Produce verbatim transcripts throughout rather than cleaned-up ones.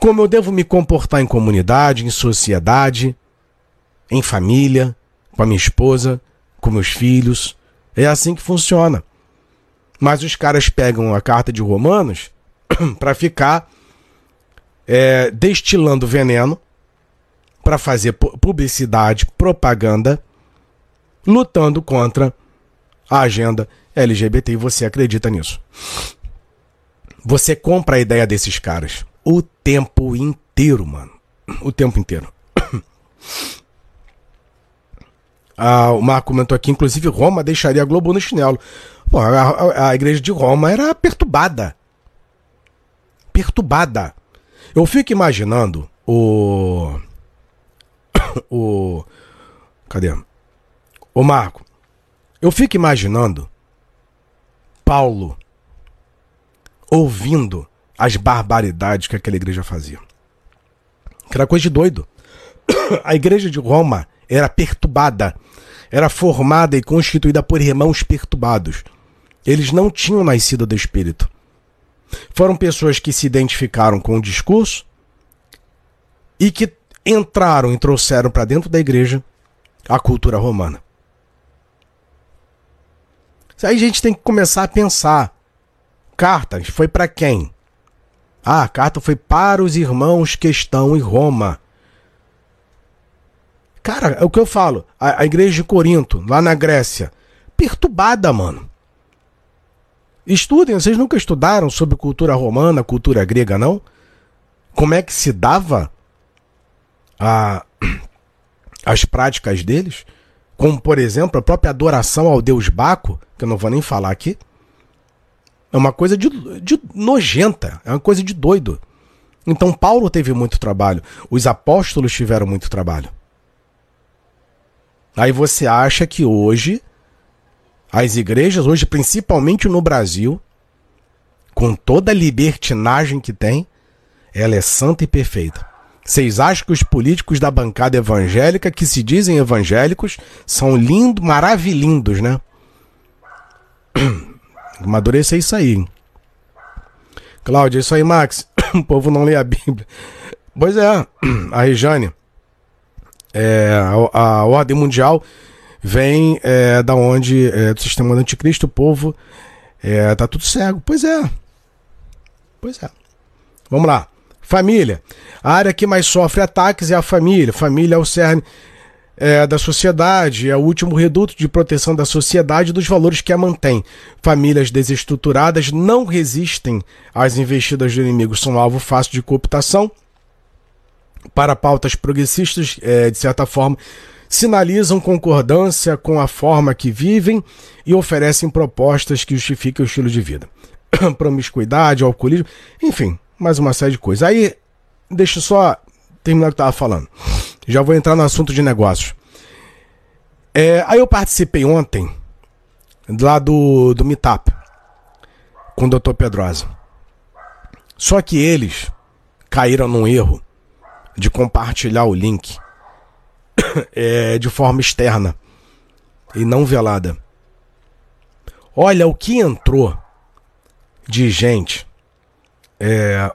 como eu devo me comportar em comunidade, em sociedade, em família, com a minha esposa, com meus filhos. É assim que funciona. Mas os caras pegam a carta de Romanos para ficar é, destilando veneno, para fazer publicidade, propaganda, lutando contra a agenda L G B T. E você acredita nisso. Você compra a ideia desses caras o tempo inteiro, mano. O tempo inteiro. Ah, o Marco comentou aqui, inclusive Roma deixaria a Globo no chinelo. Pô, a, a, a igreja de Roma era perturbada. Perturbada. Eu fico imaginando o... o... Cadê? O Marco. Eu fico imaginando Paulo ouvindo as barbaridades que aquela igreja fazia. Que era coisa de doido. A igreja de Roma era perturbada. Era formada e constituída por irmãos perturbados. Eles não tinham nascido do Espírito. Foram pessoas que se identificaram com o discurso e que entraram e trouxeram para dentro da igreja a cultura romana. Aí a gente tem que começar a pensar. Cartas foi para quem? Ah, a carta foi para os irmãos que estão em Roma. Cara, é o que eu falo. A, a igreja de Corinto, lá na Grécia, perturbada, mano. Estudem, vocês nunca estudaram sobre cultura romana, cultura grega, não? Como é que se dava a, as práticas deles? Como, por exemplo, a própria adoração ao deus Baco, que eu não vou nem falar aqui. É uma coisa de, de nojenta, é uma coisa de doido. Então Paulo teve muito trabalho, os apóstolos tiveram muito trabalho. Aí você acha que hoje, as igrejas, hoje principalmente no Brasil, com toda a libertinagem que tem, ela é santa e perfeita. Vocês acham que os políticos da bancada evangélica, que se dizem evangélicos, são lindos, maravilhindos, né? Amadureça isso aí, hein? Cláudia, isso aí, Max. O povo não lê a Bíblia. Pois é, a Rejane, é, a, a ordem mundial vem é, da onde, é, do sistema do anticristo, o povo é, tá tudo cego. Pois é. Pois é. Vamos lá. Família. A área que mais sofre ataques é a família. Família é o cerne é, da sociedade, é o último reduto de proteção da sociedade e dos valores que a mantém. Famílias desestruturadas não resistem às investidas do inimigo, são alvo fácil de cooptação para pautas progressistas, é, de certa forma, sinalizam concordância com a forma que vivem e oferecem propostas que justifiquem o estilo de vida. Promiscuidade, alcoolismo, enfim, mais uma série de coisas. Aí, deixa eu só terminar o que eu estava falando. Já vou entrar no assunto de negócios. É, aí eu participei ontem, lá do, do Meetup, com o doutor Pedrosa. Só que eles caíram num erro de compartilhar o link é, de forma externa e não velada. Olha o que entrou de gente é,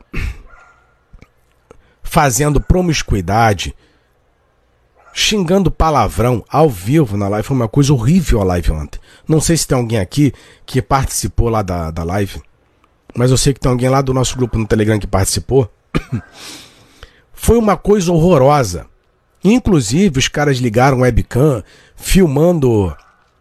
fazendo promiscuidade, xingando palavrão ao vivo na live. Foi uma coisa horrível a live ontem. Não sei se tem alguém aqui que participou lá da, da live, mas eu sei que tem alguém lá do nosso grupo no Telegram que participou. Foi uma coisa horrorosa. Inclusive, os caras ligaram webcam, filmando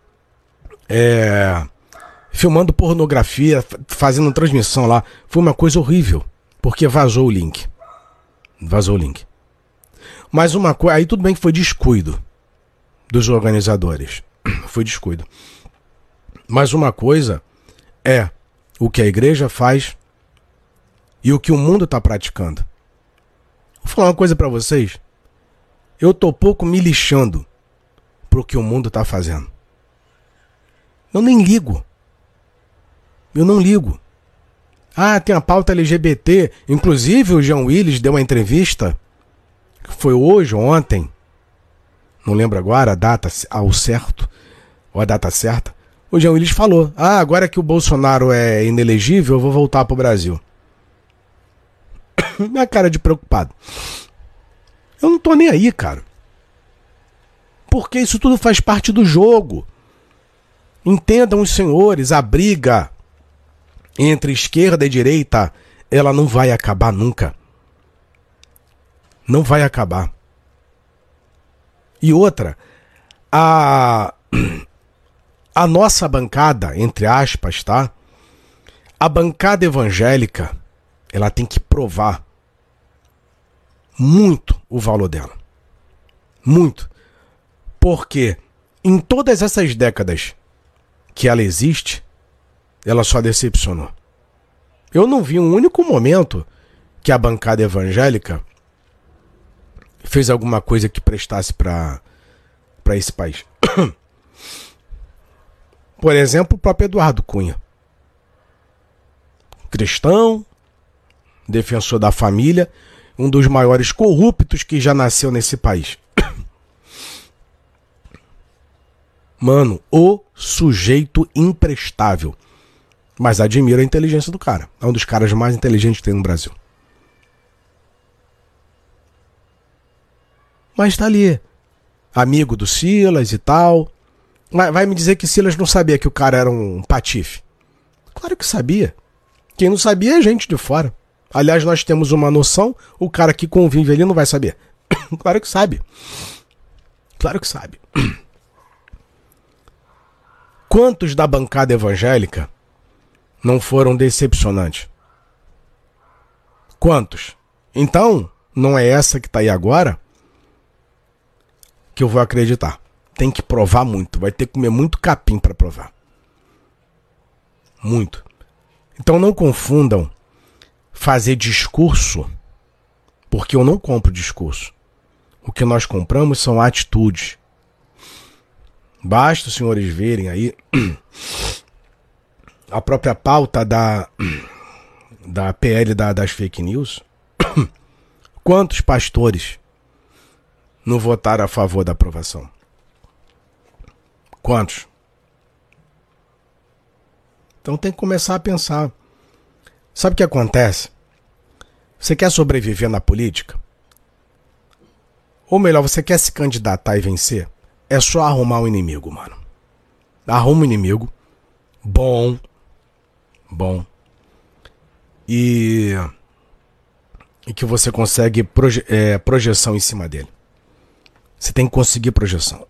é, filmando pornografia, fazendo transmissão lá. Foi uma coisa horrível, porque vazou o link. Vazou o link. Mas uma coisa, aí tudo bem que foi descuido dos organizadores. Foi descuido. Mas uma coisa é o que a igreja faz e o que o mundo está praticando. Vou falar uma coisa para vocês. Eu tô pouco me lixando pro que o mundo tá fazendo. Eu nem ligo. Eu não ligo. Ah, tem a pauta L G B T. Inclusive o Jean Willis deu uma entrevista. Foi hoje ou ontem. Não lembro agora a data ao certo. Ou a data certa. O Jean Willis falou. Ah, agora que o Bolsonaro é inelegível, eu vou voltar pro Brasil. Minha cara de preocupado. Eu não tô nem aí, cara. Porque isso tudo faz parte do jogo. Entendam os senhores, a briga entre esquerda e direita, ela não vai acabar nunca. Não vai acabar. E outra, a, a nossa bancada, entre aspas, tá? A bancada evangélica, ela tem que provar muito o valor dela. Muito. Porque em todas essas décadas que ela existe, ela só decepcionou. Eu não vi um único momento que a bancada evangélica fez alguma coisa que prestasse para para esse país. Por exemplo, o próprio Eduardo Cunha. Cristão, defensor da família, um dos maiores corruptos que já nasceu nesse país. Mano, o sujeito imprestável. Mas admiro a inteligência do cara. É um dos caras mais inteligentes que tem no Brasil. Mas tá ali. Amigo do Silas e tal. Vai, vai me dizer que Silas não sabia que o cara era um patife. Claro que sabia. Quem não sabia é gente de fora. Aliás, nós temos uma noção. O cara que convive ali não vai saber. Claro que sabe. Claro que sabe. Quantos da bancada evangélica não foram decepcionantes? Quantos? Então, não é essa que tá aí agora que eu vou acreditar. Tem que provar muito. Vai ter que comer muito capim para provar. Muito. Então não confundam fazer discurso, porque eu não compro discurso. O que nós compramos são atitudes. Basta os senhores verem aí a própria pauta da, da P L da, das fake news. Quantos pastores não votaram a favor da aprovação? Quantos? Então tem que começar a pensar. Sabe o que acontece? Você quer sobreviver na política? Ou melhor, você quer se candidatar e vencer? É só arrumar um inimigo, mano. Arruma um inimigo bom, bom, e, e que você consegue proje é, projeção em cima dele. Você tem que conseguir projeção.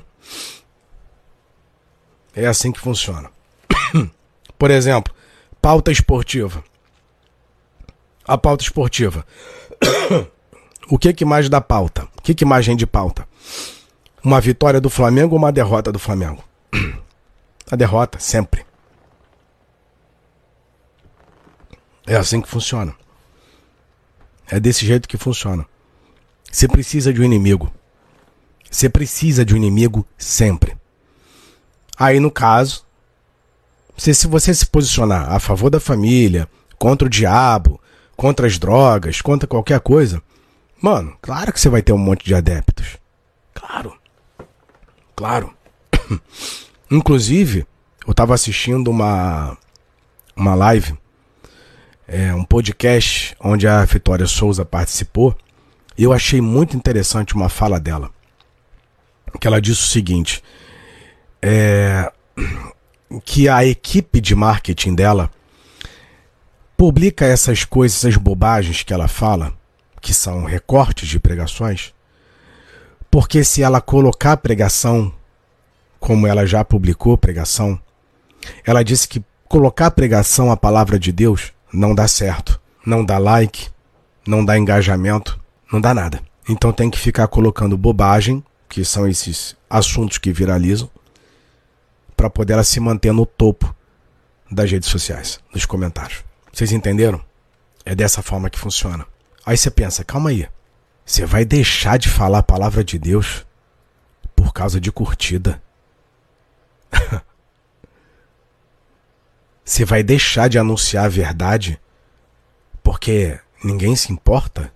É assim que funciona. Por exemplo, pauta esportiva. A pauta esportiva. O que que mais dá pauta? O que que mais rende pauta? Uma vitória do Flamengo ou uma derrota do Flamengo? A derrota, sempre. É assim que funciona. É desse jeito que funciona. Você precisa de um inimigo. Você precisa de um inimigo sempre. Aí, no caso, se, se você se posicionar a favor da família, contra o diabo, contra as drogas, contra qualquer coisa, mano, claro que você vai ter um monte de adeptos. Claro. Claro. Inclusive, eu estava assistindo uma, uma live, é, um podcast onde a Vitória Souza participou, e eu achei muito interessante uma fala dela. Que ela disse o seguinte, é, que a equipe de marketing dela publica essas coisas, essas bobagens que ela fala, que são recortes de pregações, porque se ela colocar pregação, como ela já publicou pregação, ela disse que colocar pregação a palavra de Deus não dá certo, não dá like, não dá engajamento, não dá nada. Então tem que ficar colocando bobagem, que são esses assuntos que viralizam, para poder ela se manter no topo das redes sociais, nos comentários. Vocês entenderam? É dessa forma que funciona. Aí você pensa, calma aí, você vai deixar de falar a palavra de Deus por causa de curtida? Você vai deixar de anunciar a verdade porque ninguém se importa?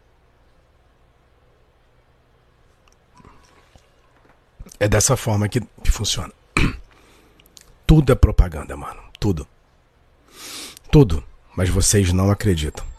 É dessa forma que, que funciona. Tudo é propaganda, mano. Tudo. Tudo. Mas vocês não acreditam.